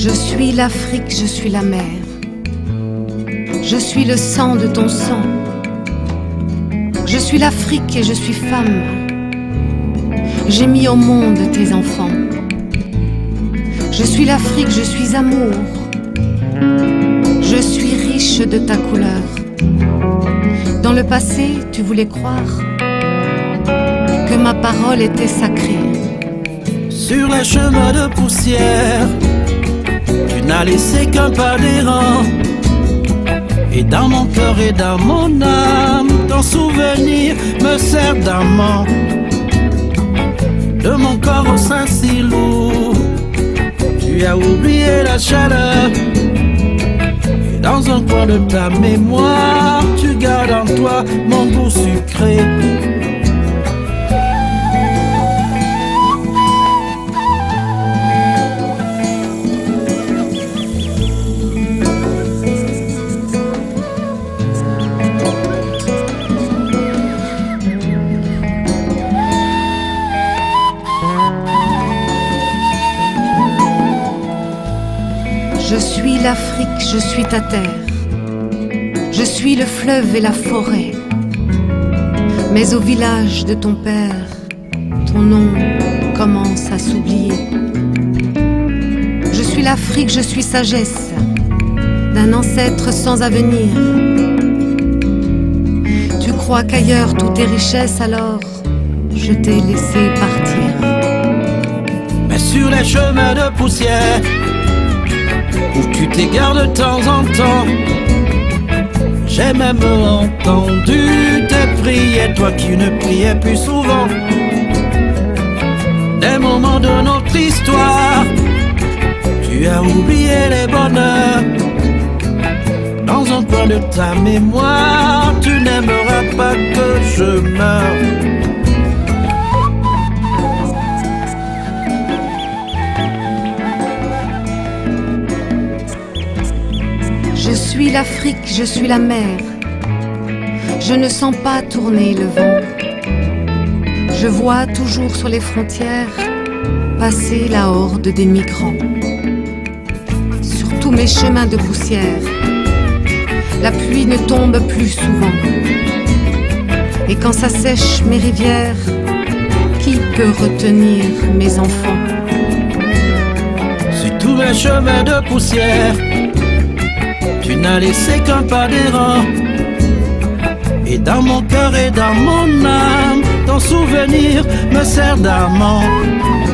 Je suis l'Afrique, je suis la mer. Je suis le sang de ton sang. Je suis l'Afrique et je suis femme. J'ai mis au monde tes enfants. Je suis l'Afrique, je suis amour. Je suis riche de ta couleur. Dans le passé, tu voulais croire que ma parole était sacrée. Sur les chemins de poussière, tu n'as laissé qu'un pas d'errant. Et dans mon cœur et dans mon âme, ton souvenir me sert d'amant. De mon corps au sein si lourd, tu as oublié la chaleur. Et dans un coin de ta mémoire, tu gardes en toi mon goût sucré. Je suis l'Afrique, je suis ta terre. Je suis le fleuve et la forêt. Mais au village de ton père, ton nom commence à s'oublier. Je suis l'Afrique, je suis sagesse d'un ancêtre sans avenir. Tu crois qu'ailleurs tout est richesse, alors je t'ai laissé partir. Mais sur les chemins de poussière, où tu t'égares de temps en temps, j'ai même entendu tes prières, toi qui ne priais plus souvent. Des moments de notre histoire, tu as oublié les bonheurs. Dans un coin de ta mémoire, tu n'aimeras pas que je meure. Je suis l'Afrique, je suis la mer. Je ne sens pas tourner le vent. Je vois toujours sur les frontières passer la horde des migrants. Sur tous mes chemins de poussière, la pluie ne tombe plus souvent. Et quand ça sèche mes rivières, qui peut retenir mes enfants? Sur tous mes chemins de poussière, tu n'as laissé qu'un pas d'errant. Et dans mon cœur et dans mon âme, ton souvenir me sert d'amant.